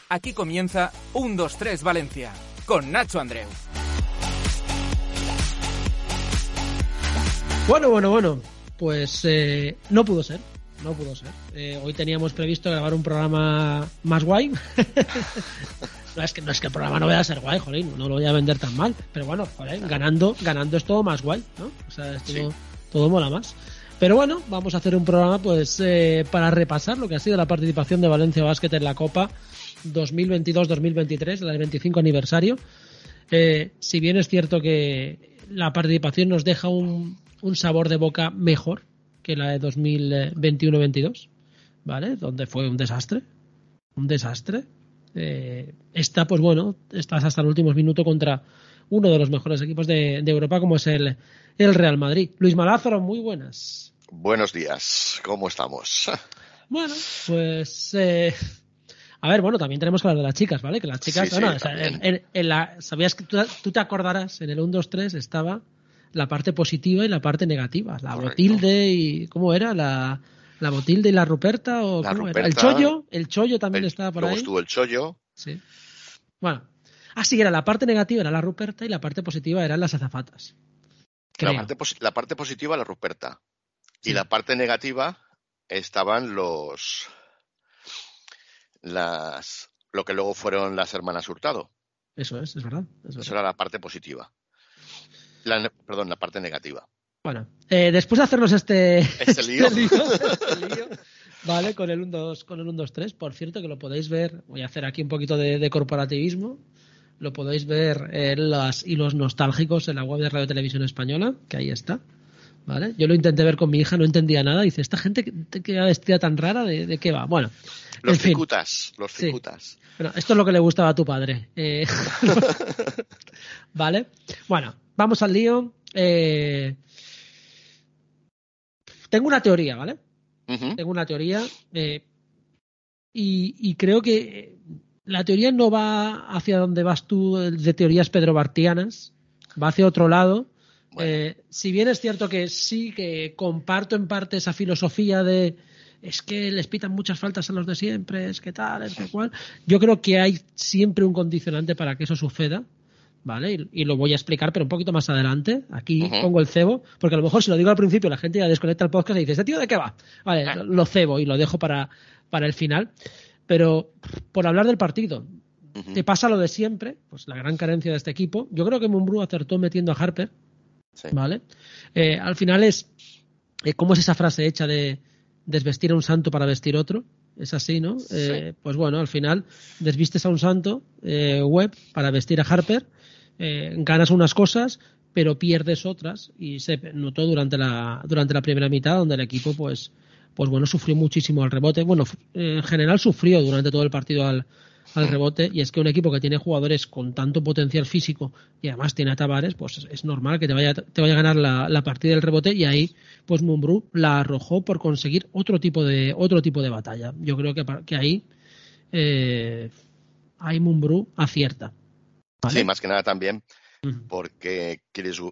Aquí comienza 1-2-3 Valencia, con Nacho Andreu. Bueno, pues no pudo ser. Hoy teníamos previsto grabar un programa más guay. No es que el programa no vaya a ser guay, jolín, no lo voy a vender tan mal, pero bueno, joder, ganando es todo más guay, ¿no? O sea, es todo mola más. Pero bueno, vamos a hacer un programa pues para repasar lo que ha sido la participación de Valencia Basket en la Copa 2022-2023, el 25 aniversario. Si bien es cierto que la participación nos deja un sabor de boca mejor que la de 2021-22, ¿vale? Donde fue un desastre. Esta, pues bueno, estás hasta el último minuto contra uno de los mejores equipos de Europa, como es el Real Madrid. Luis Malázaro, muy buenas. Buenos días, ¿cómo estamos? Bueno, pues a ver, bueno, también tenemos que hablar de las chicas, ¿vale? Que las chicas, Sí, bueno, o sea, ¿sabías que tú te acordarás? En el 1-2-3 estaba la parte positiva y la parte negativa, la Correcto. Botilde y ¿cómo era? La Botilde y la Ruperta, o la ¿cómo Ruperta, era? El Chollo también estaba por luego ahí. Luego estuvo el Chollo. Sí. Bueno, así era, la parte negativa era la Ruperta y la parte positiva eran las azafatas. La parte positiva la Ruperta. Sí. Y la parte negativa estaban lo que luego fueron las hermanas Hurtado. Eso es verdad. Eso era la parte positiva. La parte negativa. Bueno, después de hacernos este lío, vale, con el 1-2-3, por cierto, que lo podéis ver, voy a hacer aquí un poquito de corporativismo, lo podéis ver en los hilos nostálgicos en la web de Radio Televisión Española, que ahí está, ¿vale? Yo lo intenté ver con mi hija, no entendía nada, dice, esta gente que va vestida tan rara, ¿de qué va? Bueno, los en fin. cicutas. Sí. Bueno, esto es lo que le gustaba a tu padre. Vale, bueno, vamos al lío. Tengo una teoría, ¿vale? Uh-huh. Tengo una teoría y creo que la teoría no va hacia donde vas tú de teorías pedrobartianas, va hacia otro lado. Bueno. Si bien es cierto que sí, que comparto en parte esa filosofía de es que les pitan muchas faltas a los de siempre, es que tal, es que cual, yo creo que hay siempre un condicionante para que eso suceda. ¿Vale? Y lo voy a explicar, pero un poquito más adelante. Aquí pongo el cebo, porque a lo mejor si lo digo al principio la gente ya desconecta el podcast y dice, ¿este tío de qué va? Vale, lo cebo y lo dejo para el final. Pero por hablar del partido, te pasa lo de siempre, pues la gran carencia de este equipo. Yo creo que Mumbrú acertó metiendo a Harper, sí. ¿Vale? Al final es, ¿cómo es esa frase hecha de desvestir a un santo para vestir otro? Es así, ¿no? Sí. Pues bueno, al final desvistes a un santo, Webb, para vestir a Harper. Ganas unas cosas pero pierdes otras, y se notó durante la primera mitad, donde el equipo pues bueno, sufrió muchísimo al rebote. Bueno, en general sufrió durante todo el partido al rebote, y es que un equipo que tiene jugadores con tanto potencial físico y además tiene a Tavares, pues es normal que te vaya a ganar la partida del rebote, y ahí pues Mumbrú la arrojó por conseguir otro tipo de batalla. Yo creo que ahí Mumbrú acierta. ¿Vale? Sí, más que nada también porque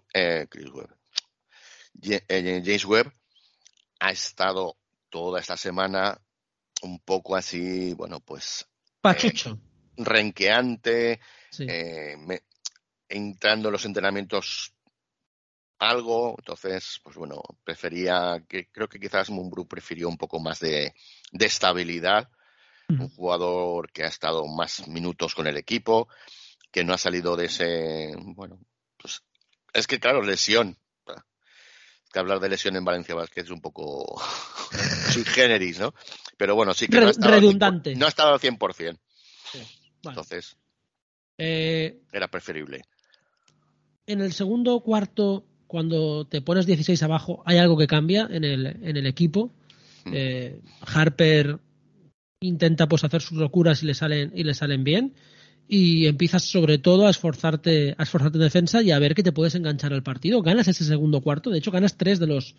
James Webb ha estado toda esta semana un poco así, bueno, pues pachucho, renqueante, sí. Entrando en los entrenamientos algo, entonces, pues bueno, creo que quizás Mumbrú prefirió un poco más de estabilidad, un jugador que ha estado más minutos con el equipo, que no ha salido de ese, bueno, pues es que claro, lesión. Que hablar de lesión en Valencia Basket es un poco sui generis, ¿no? Pero bueno, sí que redundante. No ha estado al 100%. Sí. Bueno. Entonces, era preferible. En el segundo cuarto, cuando te pones 16 abajo, hay algo que cambia en el equipo. Harper intenta pues hacer sus locuras y le salen bien, y empiezas sobre todo a esforzarte en defensa y a ver que te puedes enganchar al partido. Ganas ese segundo cuarto, de hecho ganas 3 de los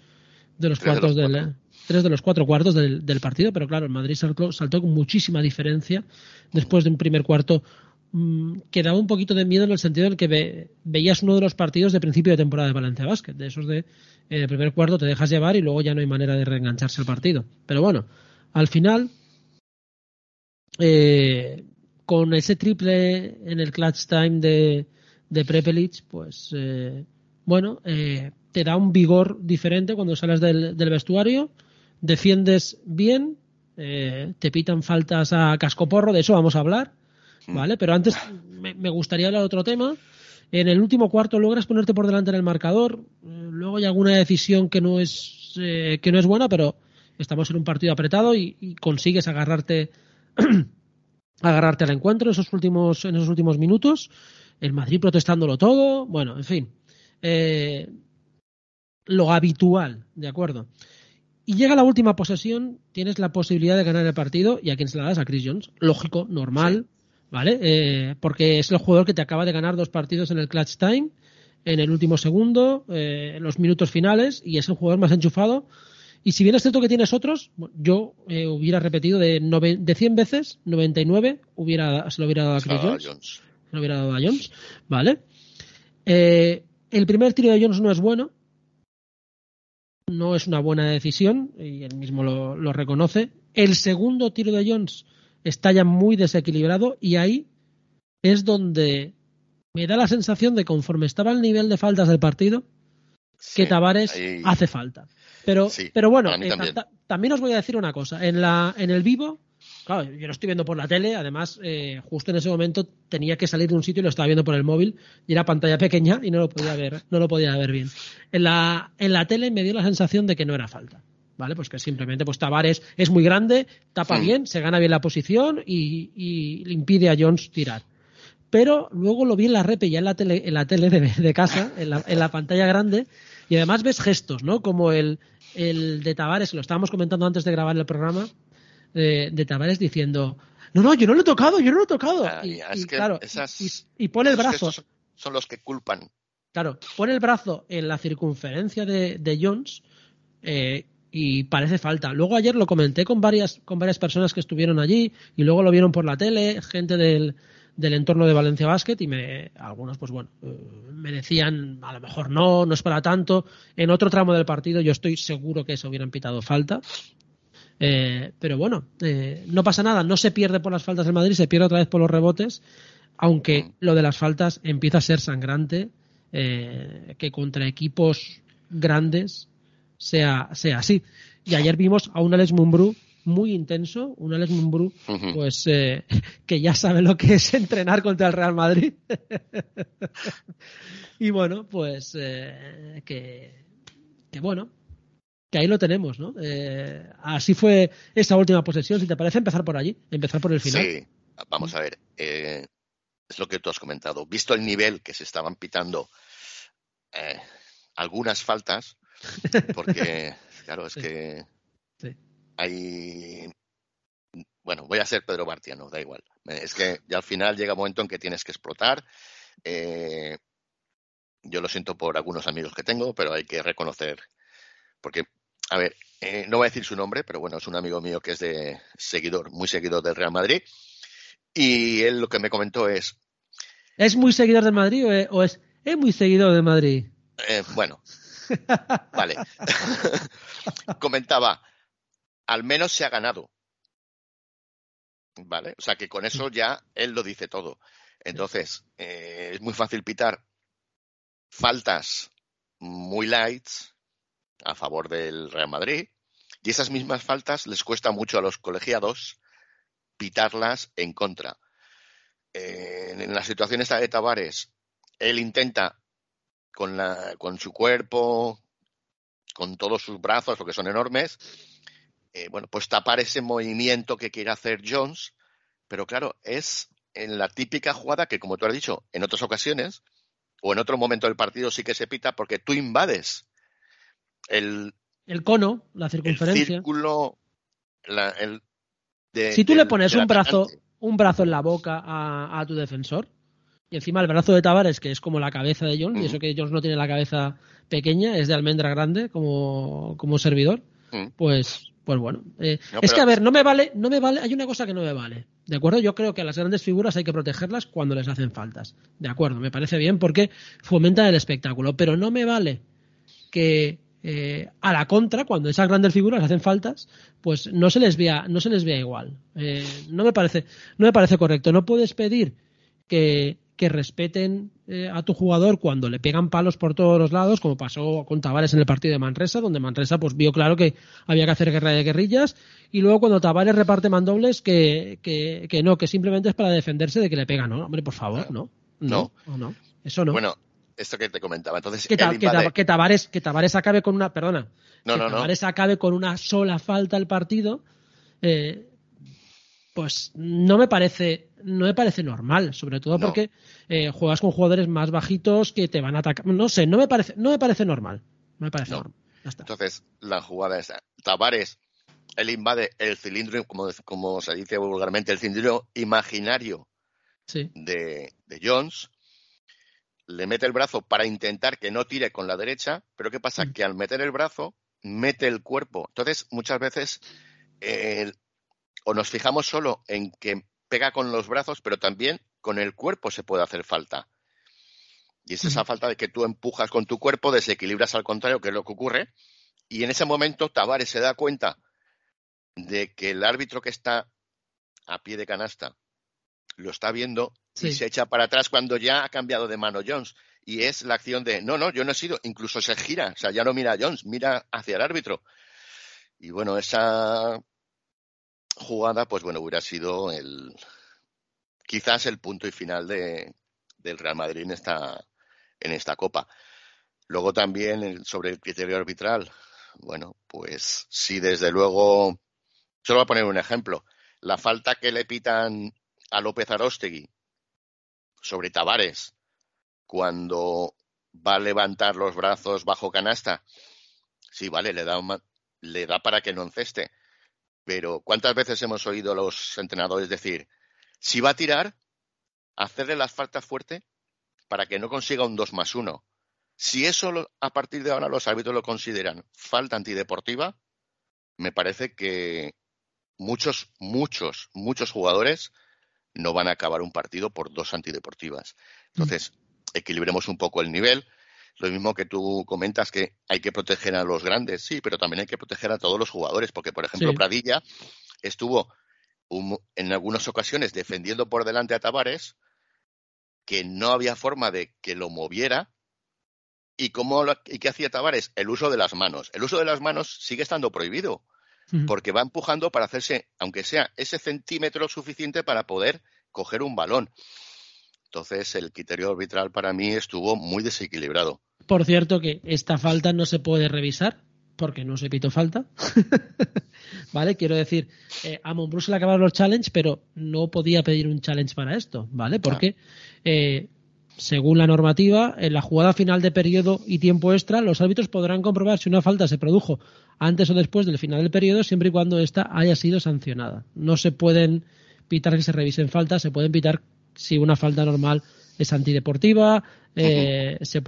4 cuartos del partido, pero claro, el Madrid saltó con muchísima diferencia después de un primer cuarto que daba un poquito de miedo, en el sentido en que veías uno de los partidos de principio de temporada de Valencia Basket, de esos de en el primer cuarto te dejas llevar y luego ya no hay manera de reengancharse al partido. Pero bueno, al final con ese triple en el clutch time de Prepelic, pues te da un vigor diferente cuando sales del vestuario, defiendes bien, te pitan faltas a cascoporro, de eso vamos a hablar, ¿vale? Pero antes me gustaría hablar de otro tema. En el último cuarto logras ponerte por delante en el marcador, luego hay alguna decisión que no es buena, pero estamos en un partido apretado y consigues agarrarte al encuentro en esos últimos minutos. El Madrid protestándolo todo, bueno, en fin, lo habitual, ¿de acuerdo? Y llega la última posesión, tienes la posibilidad de ganar el partido, y a quién se la das, a Chris Jones, lógico, normal, sí. ¿Vale? Porque es el jugador que te acaba de ganar 2 partidos en el clutch time, en el último segundo, en los minutos finales, y es el jugador más enchufado. Y si bien es cierto que tienes otros, yo hubiera repetido de 100 veces, 99 se lo hubiera dado a Chris Jones. Se lo hubiera dado a Jones, ¿vale? El primer tiro de Jones no es bueno, no es una buena decisión, y él mismo lo reconoce. El segundo tiro de Jones está ya muy desequilibrado, y ahí es donde me da la sensación de, conforme estaba el nivel de faltas del partido, que Tavares hace falta. Pero bueno, también os voy a decir una cosa. En el vivo, claro, yo lo estoy viendo por la tele, además justo en ese momento tenía que salir de un sitio y lo estaba viendo por el móvil, y era pantalla pequeña y no lo podía ver bien. En la tele me dio la sensación de que no era falta. ¿Vale? Pues que simplemente Tavares es muy grande, tapa bien, se gana bien la posición y le impide a Jones tirar. Pero luego lo vi en la repe, ya en la tele de casa, en la pantalla grande, y además ves gestos, ¿no? Como el de Tavares, lo estábamos comentando antes de grabar el programa, de Tavares diciendo, no, yo no lo he tocado. Y pone el brazo. Son los que culpan. Claro, pone el brazo en la circunferencia de Jones, y parece falta. Luego ayer lo comenté con varias personas que estuvieron allí, y luego lo vieron por la tele, gente del entorno de Valencia Basket, y algunos pues bueno, me decían, a lo mejor no es para tanto. En otro tramo del partido yo estoy seguro que se hubieran pitado falta, pero bueno, no pasa nada, no se pierde por las faltas del Madrid, se pierde otra vez por los rebotes, aunque lo de las faltas empieza a ser sangrante, que contra equipos grandes sea así. Y ayer vimos a un Alex Mumbrú muy intenso, un Alex Mumbrú pues que ya sabe lo que es entrenar contra el Real Madrid. Y bueno, pues que bueno, que ahí lo tenemos, ¿no? Así fue esa última posesión. Si te parece, empezar por allí, empezar por el final. Sí, vamos a ver, es lo que tú has comentado, visto el nivel que se estaban pitando algunas faltas, porque claro, es que hay... Bueno, voy a ser Pedro Bartiano, da igual. Es que ya al final llega un momento en que tienes que explotar. Yo lo siento por algunos amigos que tengo, pero hay que reconocer. Porque, a ver, no voy a decir su nombre, pero bueno, es un amigo mío que es muy seguidor del Real Madrid. Y él lo que me comentó es... ¿Es muy seguidor del Madrid o es muy seguidor del Madrid? Bueno, vale. Comentaba, al menos se ha ganado. ¿Vale? O sea que con eso ya él lo dice todo. Entonces, es muy fácil pitar faltas muy lights a favor del Real Madrid, y esas mismas faltas les cuesta mucho a los colegiados pitarlas en contra. En la situación esta de Tavares, él intenta con su cuerpo, con todos sus brazos, porque son enormes, pues tapar ese movimiento que quiere hacer Jones, pero claro, es en la típica jugada que, como tú has dicho, en otras ocasiones o en otro momento del partido sí que se pita, porque tú invades el cono, la circunferencia, el círculo, si tú le pones un brazo en la boca a tu defensor, y encima el brazo de Tavares, que es como la cabeza de Jones, y eso que Jones no tiene la cabeza pequeña, es de almendra grande como servidor, pues bueno. Es que, a ver, no me vale, hay una cosa que no me vale, ¿de acuerdo? Yo creo que a las grandes figuras hay que protegerlas cuando les hacen faltas, ¿de acuerdo? Me parece bien porque fomentan el espectáculo, pero no me vale que a la contra, cuando esas grandes figuras hacen faltas, pues no se les vea igual. No me parece correcto. No puedes pedir que respeten a tu jugador cuando le pegan palos por todos los lados, como pasó con Tavares en el partido de Manresa, donde Manresa pues vio claro que había que hacer guerra de guerrillas, y luego cuando Tavares reparte mandobles que no, que simplemente es para defenderse de que le pegan. No, hombre, por favor, no. Eso no. Bueno, esto que te comentaba. Entonces, que Tavares acabe con una, perdona, Tavares acabe con una sola falta al partido, pues no me parece normal, sobre todo porque juegas con jugadores más bajitos que te van a atacar. No sé, no me parece normal. Normal. Ya está. Entonces, la jugada es Tavares, él invade el cilindro, como se dice vulgarmente, el cilindro imaginario de Jones. Le mete el brazo para intentar que no tire con la derecha, pero ¿qué pasa? Que al meter el brazo, mete el cuerpo. Entonces, muchas veces, o nos fijamos solo en que pega con los brazos, pero también con el cuerpo se puede hacer falta. Y es esa falta de que tú empujas con tu cuerpo, desequilibras al contrario, que es lo que ocurre, y en ese momento Tavares se da cuenta de que el árbitro que está a pie de canasta lo está viendo y se echa para atrás cuando ya ha cambiado de mano Jones. Y es la acción de, no, yo no he sido, incluso se gira, o sea, ya no mira a Jones, mira hacia el árbitro. Y bueno, esa jugada, pues bueno, hubiera sido quizás el punto y final del Real Madrid en esta Copa. Luego también sobre el criterio arbitral, bueno, pues sí, desde luego, solo voy a poner un ejemplo, la falta que le pitan a López Aróstegui sobre Tavares cuando va a levantar los brazos bajo canasta, sí, vale, le da para que no enceste, pero ¿cuántas veces hemos oído a los entrenadores decir, si va a tirar, hacerle las faltas fuerte para que no consiga un 2+1? Si eso a partir de ahora los árbitros lo consideran falta antideportiva, me parece que muchos jugadores no van a acabar un partido por 2 antideportivas. Entonces, equilibremos un poco el nivel. Lo mismo que tú comentas, que hay que proteger a los grandes, sí, pero también hay que proteger a todos los jugadores, porque, por ejemplo, Pradilla estuvo en algunas ocasiones defendiendo por delante a Tavares, que no había forma de que lo moviera. ¿Y qué hacía Tavares? El uso de las manos. El uso de las manos sigue estando prohibido, porque va empujando para hacerse, aunque sea ese centímetro suficiente para poder coger un balón. Entonces, el criterio arbitral para mí estuvo muy desequilibrado. Por cierto, que esta falta no se puede revisar porque no se pitó falta. ¿Vale? Quiero decir, a Montbrú se le acabaron los challenge, pero no podía pedir un challenge para esto, ¿vale? Porque según la normativa, en la jugada final de periodo y tiempo extra, los árbitros podrán comprobar si una falta se produjo antes o después del final del periodo, siempre y cuando ésta haya sido sancionada. No se pueden pitar que se revisen faltas, se pueden pitar si una falta normal es antideportiva, se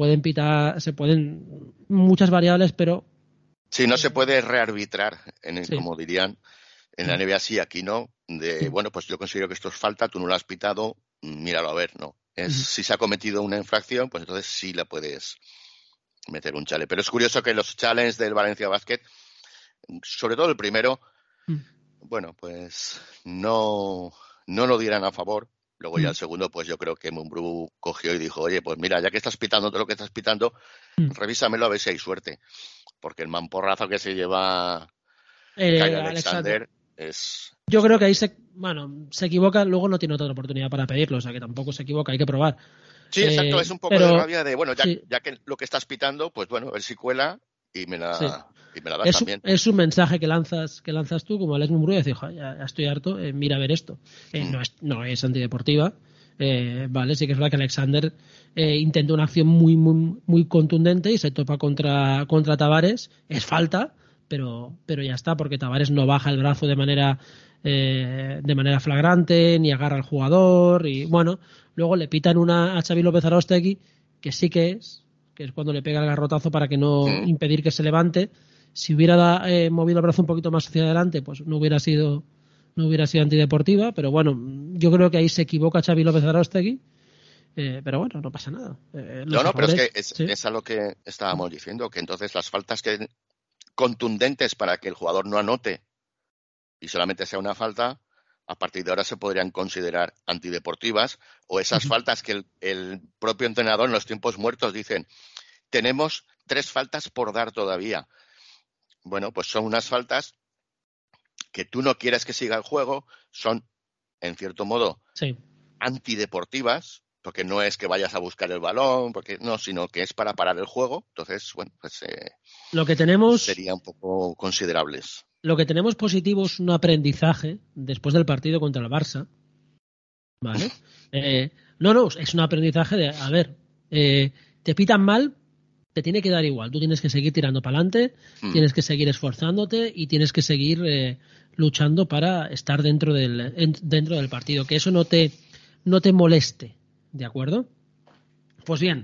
pueden muchas variables, pero sí, no se puede rearbitrar, como dirían en la NBA, sí, aquí no, bueno, pues yo considero que esto es falta, tú no lo has pitado, míralo a ver, no. Si se ha cometido una infracción, pues entonces sí la puedes meter un chale. Pero es curioso que los challenges del Valencia Basket, sobre todo el primero, bueno, pues no lo dieran a favor. Luego ya el segundo, pues yo creo que Montbrú cogió y dijo, oye, pues mira, ya que estás pitando todo lo que estás pitando, revísamelo a ver si hay suerte. Porque el mamporrazo que se lleva Kyle Alexander es... Yo creo que ahí se equivoca, luego no tiene otra oportunidad para pedirlo, o sea que tampoco se equivoca, hay que probar. Sí, exacto, es un poco de rabia de, bueno, ya que lo que estás pitando, pues bueno, a ver si cuela y me la das también. Es un mensaje que lanzas tú como Alex Montbrú y decir, ya estoy harto, mira a ver esto. No es antideportiva, vale, sí que es verdad que Alexander intentó una acción muy, muy, muy contundente y se topa contra Tavares, es falta, pero ya está, porque Tavares no baja el brazo de manera flagrante, ni agarra al jugador, y bueno, luego le pitan una a Xavi López Aróstegui, que sí que es cuando le pega el garrotazo para que no impedir que se levante. Si hubiera movido el brazo un poquito más hacia adelante, pues no hubiera sido antideportiva, pero bueno, yo creo que ahí se equivoca Xavi López Aróstegui Pero bueno, no pasa nada. No, pero es que sí. es a lo que estábamos diciendo, que entonces las faltas contundentes para que el jugador no anote y solamente sea una falta, a partir de ahora se podrían considerar antideportivas, o esas faltas que el propio entrenador en los tiempos muertos dicen, tenemos 3 faltas por dar todavía. Bueno, pues son unas faltas que tú no quieres que siga el juego, son, en cierto modo, Sí. antideportivas, porque no es que vayas a buscar el balón, porque no, sino que es para parar el juego. Entonces, bueno, pues Lo que tenemos, sería un poco considerables. lo que tenemos positivo es un aprendizaje después del partido contra el Barça, ¿vale? No, es un aprendizaje de, a ver, te pitan mal, te tiene que dar igual. Tú tienes que seguir tirando para adelante, tienes que seguir esforzándote y tienes que seguir luchando para estar dentro del partido. Que eso no te moleste, ¿de acuerdo? Pues bien,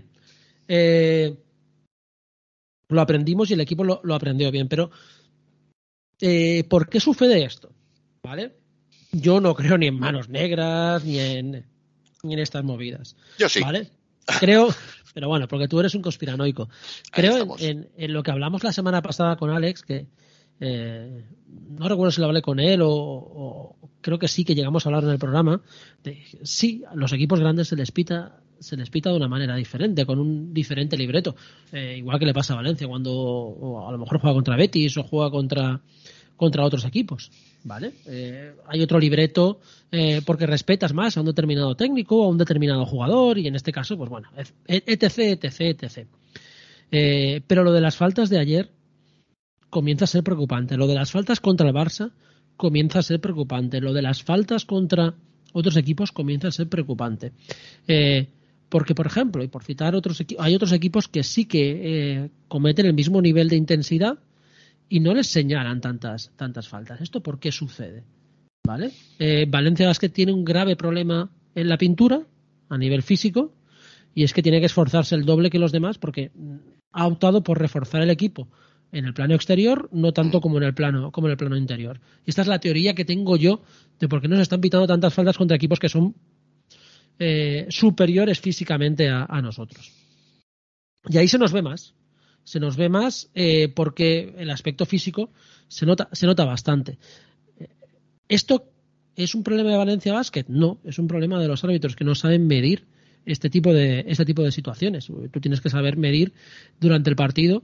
lo aprendimos y el equipo lo aprendió bien, pero ¿por qué sucede esto? ¿Vale? Yo no creo ni en manos negras ni en estas movidas. Yo sí. ¿Vale? Creo, pero bueno, porque tú eres un conspiranoico. Creo en lo que hablamos la semana pasada con Alex, que no recuerdo si lo hablé con él o creo que sí que llegamos a hablar en el programa. Sí, a los equipos grandes se les pita de una manera diferente, con un diferente libreto. Igual que le pasa a Valencia cuando a lo mejor juega contra Betis o juega contra otros equipos. ¿Vale? Hay otro libreto porque respetas más a un determinado técnico o a un determinado jugador y en este caso, pues bueno, etc. Pero lo de las faltas de ayer comienza a ser preocupante. Lo de las faltas contra el Barça comienza a ser preocupante. Lo de las faltas contra otros equipos comienza a ser preocupante. Porque, por ejemplo, y por citar otros equipos, hay otros equipos que sí que cometen el mismo nivel de intensidad y no les señalan tantas faltas. ¿Esto por qué sucede? ¿Vale? Valencia Basket tiene un grave problema en la pintura a nivel físico y es que tiene que esforzarse el doble que los demás porque ha optado por reforzar el equipo en el plano exterior, no tanto como en el plano interior. Y esta es la teoría que tengo yo de por qué nos están pitando tantas faltas contra equipos que son superiores físicamente a nosotros. Y ahí se nos ve más. Se nos ve más porque el aspecto físico se nota bastante. ¿Esto es un problema de Valencia Basket? No, es un problema de los árbitros que no saben medir este tipo de situaciones. Tú tienes que saber medir durante el partido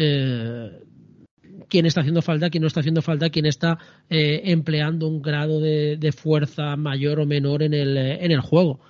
quién está haciendo falta, quién no está haciendo falta, quién está empleando un grado de fuerza mayor o menor en el juego.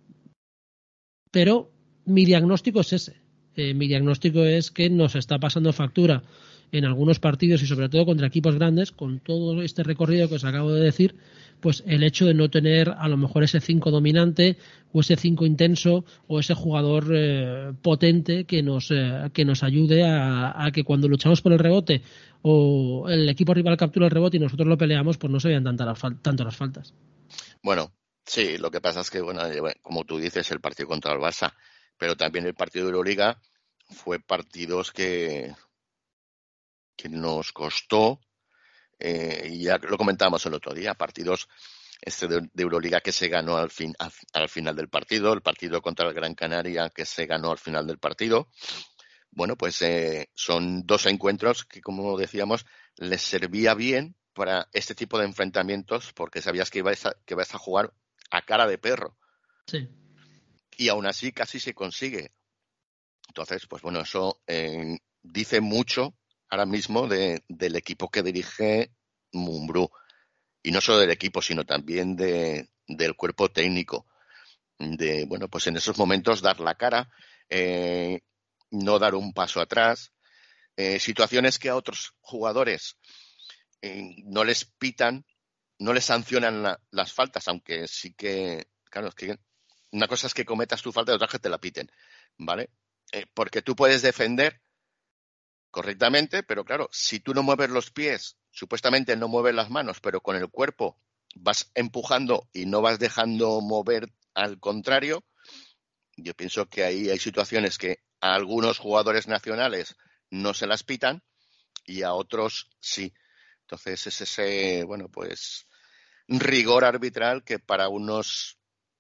Pero mi diagnóstico es ese. Mi diagnóstico es que nos está pasando factura en algunos partidos y sobre todo contra equipos grandes, con todo este recorrido que os acabo de decir, pues el hecho de no tener a lo mejor ese 5 dominante o ese 5 intenso o ese jugador potente que nos ayude a que cuando luchamos por el rebote o el equipo rival captura el rebote y nosotros lo peleamos, pues no se vean tanto las faltas. Bueno, sí, lo que pasa es que, bueno, como tú dices, el partido contra el Barça, pero también el partido de Euroliga fue partidos que nos costó, y ya lo comentábamos el otro día, partidos de Euroliga que se ganó al final del partido, el partido contra el Gran Canaria que se ganó al final del partido. Bueno, pues son 2 encuentros que, como decíamos, les servía bien para este tipo de enfrentamientos porque sabías que ibas a jugar a cara de perro. Sí. Y aún así casi se consigue. Entonces, pues bueno, eso dice mucho ahora mismo del equipo que dirige Mumbrú. Y no solo del equipo, sino también del cuerpo técnico. De, bueno, pues en esos momentos dar la cara, no dar un paso atrás. Situaciones que a otros jugadores no les pitan, no les sancionan las faltas, aunque sí que, claro, es que una cosa es que cometas tu falta y otra que te la piten, ¿vale? Porque tú puedes defender correctamente, pero claro, si tú no mueves los pies, supuestamente no mueves las manos, pero con el cuerpo vas empujando y no vas dejando mover al contrario, yo pienso que ahí hay situaciones que a algunos jugadores nacionales no se las pitan y a otros sí. Entonces es ese, bueno, pues rigor arbitral que para unos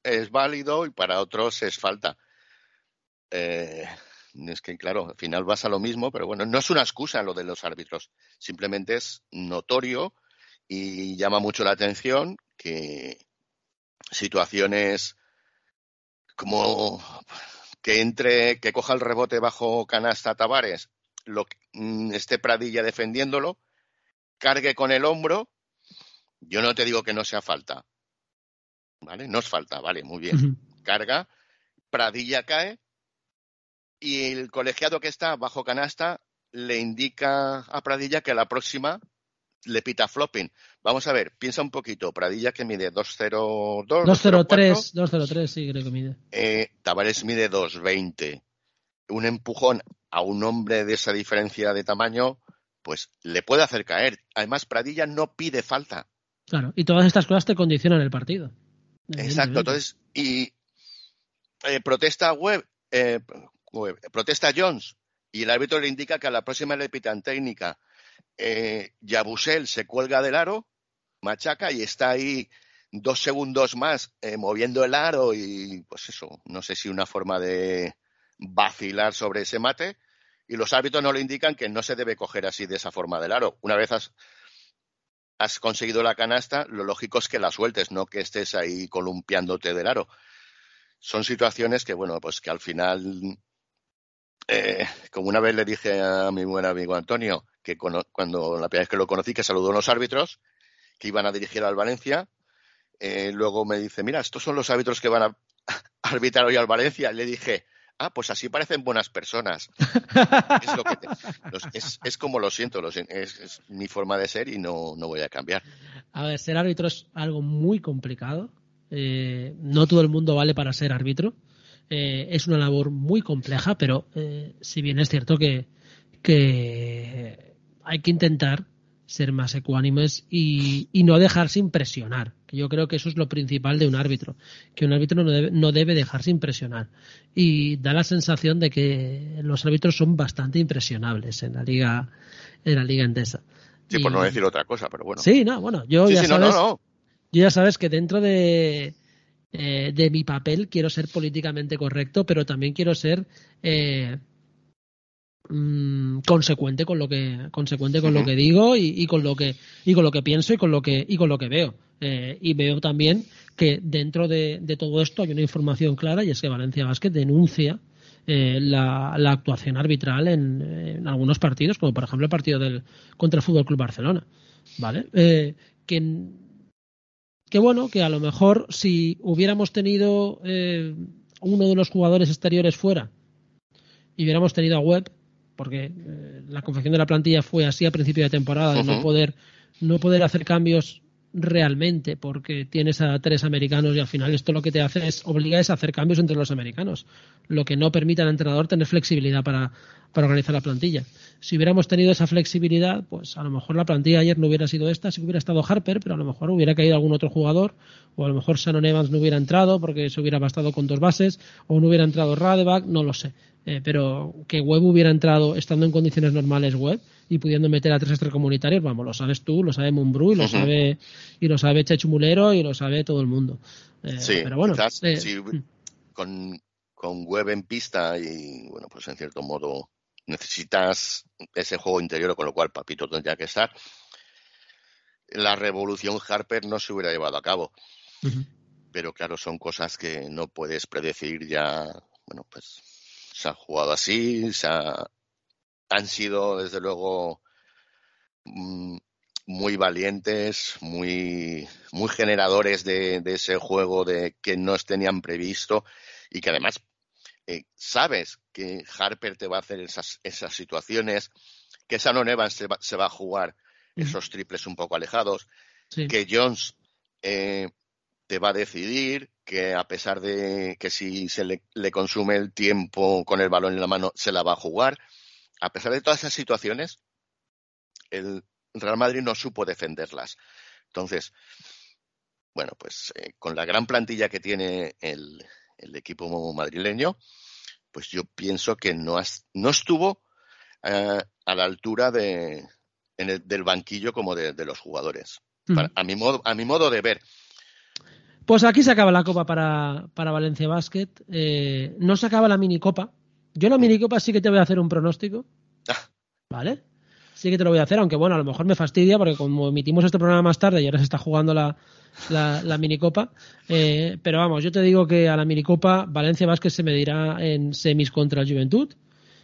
es válido y para otros es falta. Es que, claro, al final vas a lo mismo, pero bueno, no es una excusa lo de los árbitros. Simplemente es notorio y llama mucho la atención que situaciones como que coja el rebote bajo canasta Tavares, esté Pradilla defendiéndolo, cargue con el hombro. Yo no te digo que no sea falta, ¿vale? No es falta, vale, muy bien. Uh-huh. Carga, Pradilla cae y el colegiado que está bajo canasta le indica a Pradilla que la próxima le pita flopping. Vamos a ver, piensa un poquito. Pradilla que mide 2.02, 2.03, 2.03, sí, creo que mide. Tavares mide 2.20. Un empujón a un hombre de esa diferencia de tamaño, pues le puede hacer caer. Además, Pradilla no pide falta. Claro, y todas estas cosas te condicionan el partido. Exacto, entonces, y protesta protesta Jones, y el árbitro le indica que a la próxima le pitan técnica. Yabusel se cuelga del aro, machaca y está ahí 2 segundos más moviendo el aro y pues eso, no sé si una forma de vacilar sobre ese mate, y los árbitros no le indican que no se debe coger así de esa forma del aro. Una vez has conseguido la canasta, lo lógico es que la sueltes, no que estés ahí columpiándote del aro. Son situaciones que, bueno, pues que al final, como una vez le dije a mi buen amigo Antonio, que cuando la primera vez que lo conocí, que saludó a los árbitros que iban a dirigir al Valencia, luego me dice, mira, estos son los árbitros que van a arbitrar hoy al Valencia. Y le dije, pues así parecen buenas personas. Es como lo siento, es mi forma de ser y no voy a cambiar. A ver, ser árbitro es algo muy complicado. No todo el mundo vale para ser árbitro. Es una labor muy compleja, pero si bien es cierto que hay que intentar ser más ecuánimes y no dejarse impresionar, que yo creo que eso es lo principal de un árbitro, que un árbitro no debe dejarse impresionar, y da la sensación de que los árbitros son bastante impresionables en la liga endesa. Sí, por no decir otra cosa, pero bueno. Sí, no, bueno, yo sí, ya sí, sabes, no. Yo ya sabes que dentro de mi papel quiero ser políticamente correcto, pero también quiero ser consecuente con lo que digo y con lo que pienso y con lo que veo. Y veo también que dentro de todo esto hay una información clara, y es que Valencia Basket denuncia la actuación arbitral en algunos partidos, como por ejemplo el partido contra el Fútbol Club Barcelona, ¿vale? Que bueno, que a lo mejor si hubiéramos tenido uno de los jugadores exteriores fuera y hubiéramos tenido a Webb, porque la confección de la plantilla fue así a principio de temporada, de no poder hacer cambios realmente, porque tienes a 3 americanos y al final esto lo que te hace es obligar a hacer cambios entre los americanos, lo que no permite al entrenador tener flexibilidad para organizar la plantilla. Si hubiéramos tenido esa flexibilidad, pues a lo mejor la plantilla ayer no hubiera sido esta, si hubiera estado Harper, pero a lo mejor hubiera caído algún otro jugador, o a lo mejor Shannon Evans no hubiera entrado porque se hubiera bastado con 2 bases, o no hubiera entrado Radeback, no lo sé. Pero que Webb hubiera entrado estando en condiciones normales, Webb, y pudiendo meter a 3 extracomunitarios, vamos, lo sabes tú, lo sabe Mumbrú, y lo sabe Chechu Mulero, y lo sabe todo el mundo. Sí, pero bueno, quizás sí, con Webb en pista y, bueno, pues en cierto modo necesitas ese juego interior, con lo cual Papito tendría que estar. La revolución Harper no se hubiera llevado a cabo. Pero claro, son cosas que no puedes predecir ya. Bueno, pues se ha jugado así, han sido desde luego muy valientes, muy generadores de ese juego de que no tenían previsto, y que además sabes que Harper te va a hacer esas situaciones, que Shannon Evans se va a jugar esos triples un poco alejados, que Jones te va a decidir, que a pesar de que si se le consume el tiempo con el balón en la mano, se la va a jugar. A pesar de todas esas situaciones, el Real Madrid no supo defenderlas. Entonces, bueno, pues con la gran plantilla que tiene el equipo madrileño, pues yo pienso que no estuvo a la altura del banquillo como de los jugadores. A mi modo de ver. Pues aquí se acaba la Copa para Valencia Basket. No se acaba la minicopa. Yo en la minicopa sí que te voy a hacer un pronóstico. ¿Vale? Sí que te lo voy a hacer, aunque bueno, a lo mejor me fastidia porque como emitimos este programa más tarde y ahora se está jugando la minicopa. Pero vamos, yo te digo que a la minicopa Valencia Basket se medirá en semis contra el Juventud.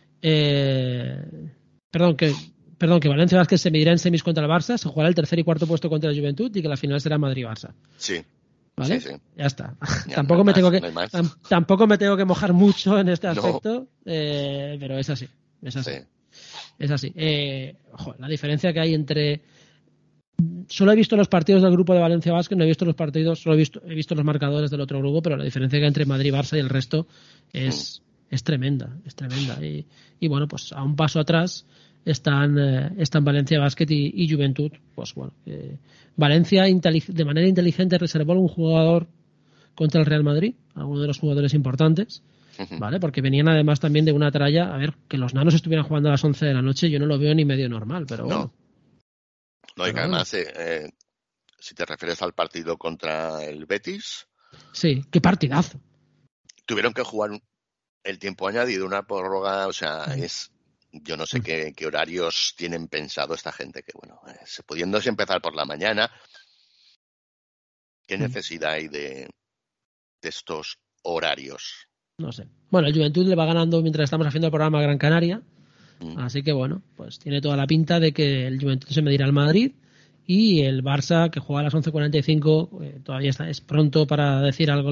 Perdón, que Valencia Basket se medirá en semis contra el Barça, se jugará el tercer y cuarto puesto contra el Juventud y que la final será Madrid-Barça. Sí. ¿Vale? Sí. Ya está. Ya, tampoco me tengo que mojar mucho en este No. aspecto, pero es así. Sí. Es así. La diferencia que hay entre... Solo he visto los partidos del grupo de Valencia Basket, no he visto los partidos, he visto los marcadores del otro grupo, pero la diferencia que hay entre Madrid, Barça y el resto es tremenda, es tremenda. Y bueno, pues a un paso atrás están Valencia Basket y Juventud. Pues bueno, Valencia de manera inteligente reservó un jugador contra el Real Madrid, alguno de los jugadores importantes, ¿vale? Porque venían además también de una tralla. A ver, que los nanos estuvieran jugando a las 11 de la noche, yo no lo veo ni medio normal, pero bueno. No, y que además, si te refieres al partido contra el Betis... Sí, qué partidazo. Tuvieron que jugar el tiempo añadido, una prórroga, o sea, yo no sé qué horarios tienen pensado esta gente, que bueno, pudiéndose empezar por la mañana, ¿qué necesidad hay de estos horarios? No sé. Bueno, el Juventud le va ganando mientras estamos haciendo el programa a Gran Canaria, así que bueno, pues tiene toda la pinta de que el Juventud se medirá al Madrid y el Barça, que juega a las 11:45, todavía es pronto para decir algo,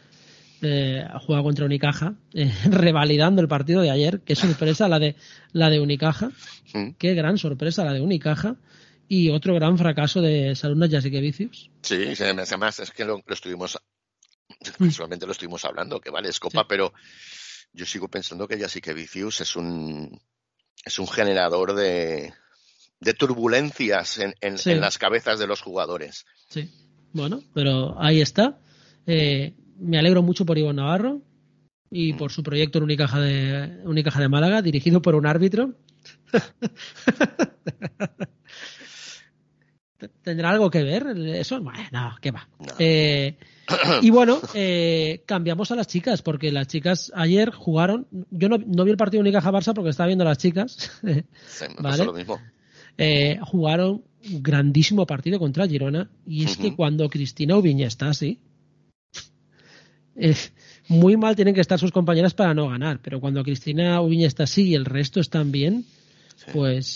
juega contra Unicaja, revalidando el partido de ayer. Qué sorpresa la de Unicaja, qué gran sorpresa la de Unicaja, y otro gran fracaso de Sarunas Jasikevičius. Sí, además es que lo estuvimos, casualmente lo estuvimos hablando, que vale, es Copa, pero yo sigo pensando que Jasikevičius es un generador de turbulencias en las cabezas de los jugadores. Sí, bueno, pero ahí está. Me alegro mucho por Iván Navarro y por su proyecto en Unicaja de Málaga, dirigido por un árbitro. ¿Tendrá algo que ver eso? No, ¿qué va? No. Y bueno, cambiamos a las chicas, porque las chicas ayer jugaron... Yo no vi el partido Unicaja-Barça porque estaba viendo a las chicas. Sí, me pasó lo mismo. Jugaron un grandísimo partido contra Girona, y es que cuando Cristina Ubiña está así, muy mal tienen que estar sus compañeras para no ganar, pero cuando Cristina Ubiña está así y el resto están bien, pues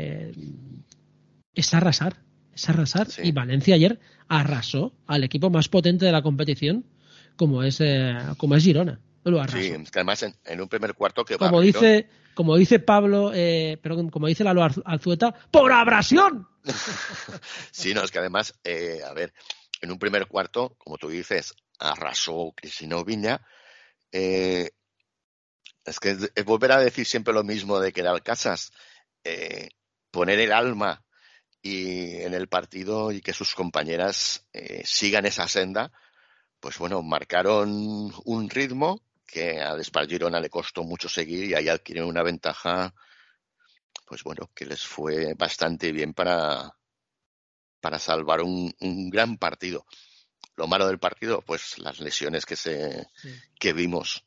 es arrasar. Sí. Y Valencia ayer arrasó al equipo más potente de la competición, como es Girona. Lo arrasó. Sí, es que además en un primer cuarto que como dice Pablo, como dice Lalo Alzueta, ¡por abrasión! Sí, no, es que además, a ver, en un primer cuarto, como tú dices, arrasó Cristina Ubiña. Es que es volver a decir siempre lo mismo de que el Alcázar, poner el alma en el partido y que sus compañeras sigan esa senda, pues bueno, marcaron un ritmo que a Despal Girona le costó mucho seguir y ahí adquirieron una ventaja, pues bueno, que les fue bastante bien para salvar un gran partido. Lo malo del partido, pues las lesiones que vimos.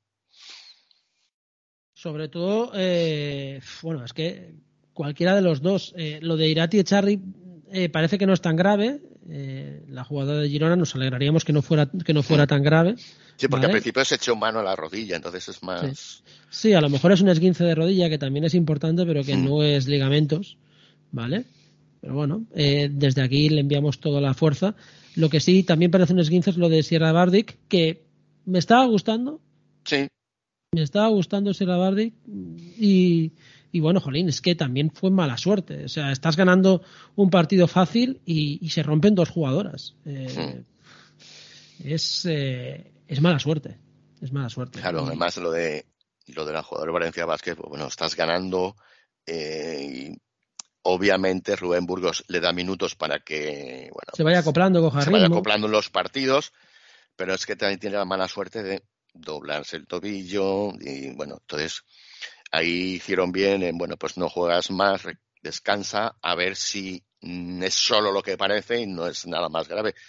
Sobre todo, bueno, es que cualquiera de los dos, lo de Irati Echarri parece que no es tan grave. La jugada de Girona nos alegraríamos que no fuera tan grave. Sí, porque ¿vale? Al principio se echó mano a la rodilla, entonces es más... Sí, a lo mejor es un esguince de rodilla, que también es importante, pero que no es ligamentos, ¿vale? Pero bueno, desde aquí le enviamos toda la fuerza. Lo que sí también parece un esguince es lo de Sierra Bardic, que me estaba gustando. Sí. Me estaba gustando Sierra Bardic y bueno, jolín, es que también fue mala suerte. O sea, estás ganando un partido fácil y se rompen dos jugadoras. Es mala suerte. Es mala suerte. Claro, además lo de la jugadora Valencia Basket, pues bueno, estás ganando y obviamente Rubén Burgos le da minutos para que se vaya acoplando, coja ritmo. Vaya acoplando en los partidos, pero es que también tiene la mala suerte de doblarse el tobillo y bueno, entonces ahí hicieron bien en, bueno, pues no juegas más, descansa, a ver si es solo lo que parece y no es nada más grave,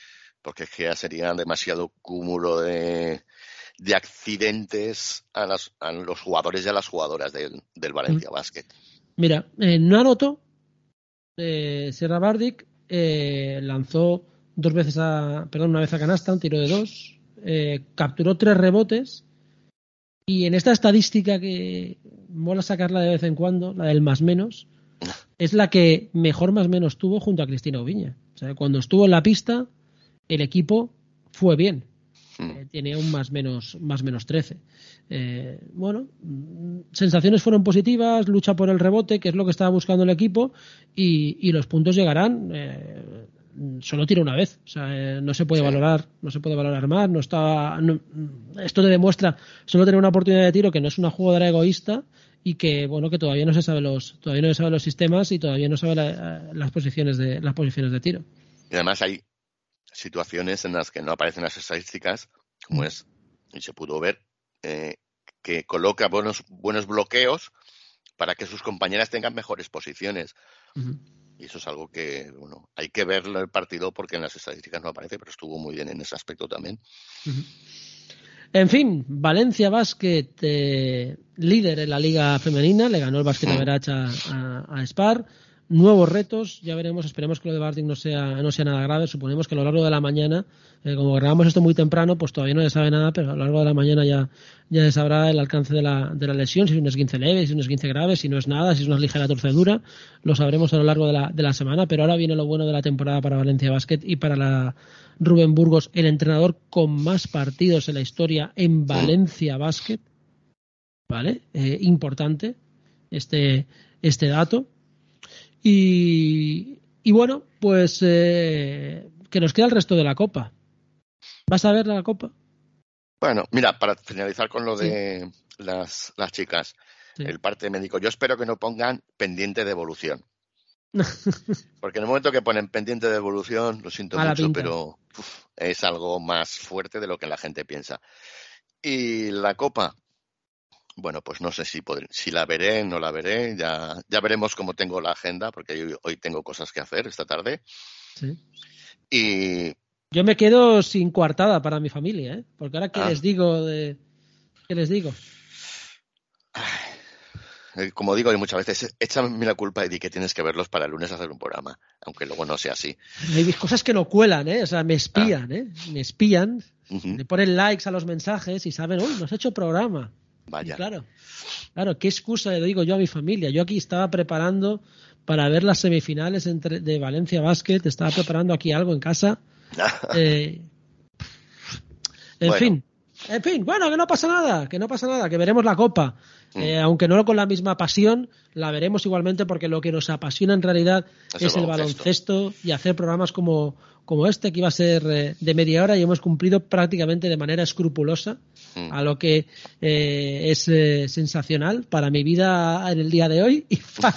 porque es que ya sería demasiado cúmulo de accidentes a los jugadores y a las jugadoras del Valencia Basket. Mira, no anotó Serra Bardic, lanzó una vez a canasta, un tiro de 2, capturó 3 rebotes, y en esta estadística que mola sacarla de vez en cuando, la del más menos, es la que mejor más menos tuvo junto a Cristina Oviña. O sea, cuando estuvo en la pista, el equipo fue bien. Tiene un más menos 13. Bueno, sensaciones fueron positivas, lucha por el rebote, que es lo que estaba buscando el equipo, y los puntos llegarán. Solo tira una vez, o sea, no se puede valorar más. Esto te demuestra solo tener una oportunidad de tiro, que no es una jugadora egoísta, y que bueno, que todavía no se sabe los sistemas y todavía no sabe las posiciones de tiro. Y además hay situaciones en las que no aparecen las estadísticas, como es, y se pudo ver, que coloca buenos bloqueos para que sus compañeras tengan mejores posiciones. Uh-huh. Y eso es algo que, bueno, hay que verlo el partido porque en las estadísticas no aparece, pero estuvo muy bien en ese aspecto también. Uh-huh. En fin, Valencia Basket, líder en la liga femenina, le ganó el Basket Average a Spar. Nuevos retos, ya veremos, esperemos que lo de Bardic no sea nada grave. Suponemos que a lo largo de la mañana, como grabamos esto muy temprano, pues todavía no se sabe nada, pero a lo largo de la mañana ya se sabrá el alcance de la lesión, si es un esguince leve, si es un esguince grave, si no es nada, si es una ligera torcedura, lo sabremos a lo largo de la semana. Pero ahora viene lo bueno de la temporada para Valencia Basket y para la Rubén Burgos, el entrenador con más partidos en la historia en Valencia Basket, ¿vale? Importante este dato. Y bueno, pues que nos queda el resto de la Copa. ¿Vas a ver la Copa? Bueno, mira, para finalizar con lo de las chicas, el parte médico, yo espero que no pongan pendiente de evolución. Porque en el momento que ponen pendiente de evolución, lo siento mucho, pero es algo más fuerte de lo que la gente piensa. Y la Copa, bueno, pues no sé si la veré, no la veré, ya veremos cómo tengo la agenda, porque hoy tengo cosas que hacer esta tarde. Sí. Y yo me quedo sin coartada para mi familia, ¿eh? Porque ahora, ¿qué les digo? ¿Qué les digo? Como digo muchas veces, échame la culpa de que tienes que verlos para el lunes hacer un programa, aunque luego no sea así. Hay cosas que no cuelan, ¿eh? O sea, me espían, me espían, Uh-huh. le ponen likes a los mensajes y saben, uy, no has hecho programa. Vaya. Y claro, qué excusa le digo yo a mi familia. Yo aquí estaba preparando para ver las semifinales de Valencia Basket, estaba preparando aquí algo en casa. En fin, bueno, que no pasa nada, que veremos la Copa. Aunque no con la misma pasión, la veremos igualmente, porque lo que nos apasiona en realidad es el baloncesto, y hacer programas como este, que iba a ser de media hora, y hemos cumplido prácticamente de manera escrupulosa a lo que es sensacional para mi vida en el día de hoy,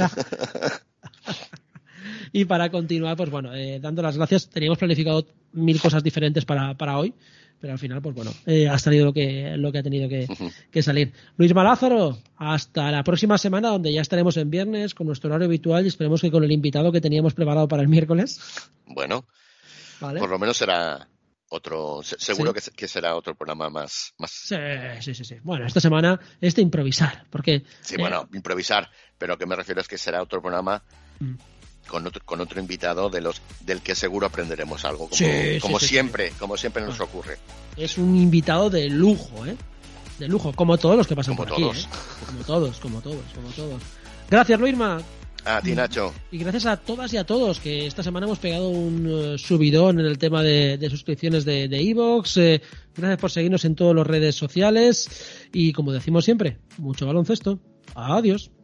y para continuar, pues bueno, dando las gracias. Teníamos planificado 1000 cosas diferentes para hoy, pero al final, pues bueno, ha salido lo que ha tenido que salir. Luisma Lázaro, hasta la próxima semana, donde ya estaremos en viernes con nuestro horario habitual, y esperemos que con el invitado que teníamos preparado para el miércoles. Bueno, ¿vale? Por lo menos será otro, seguro que será otro programa más. Sí. Bueno, esta semana es de improvisar, porque... Sí, bueno, improvisar, pero que me refiero es que será otro programa con otro invitado del que seguro aprenderemos algo, como siempre nos ocurre. Es un invitado de lujo, de lujo, como todos los que pasan por aquí. Como todos. Gracias, Luisma. A ti, Nacho. Y gracias a todas y a todos, que esta semana hemos pegado un subidón en el tema de suscripciones de iVoox. Gracias por seguirnos en todas las redes sociales, y como decimos siempre, mucho baloncesto. Adiós.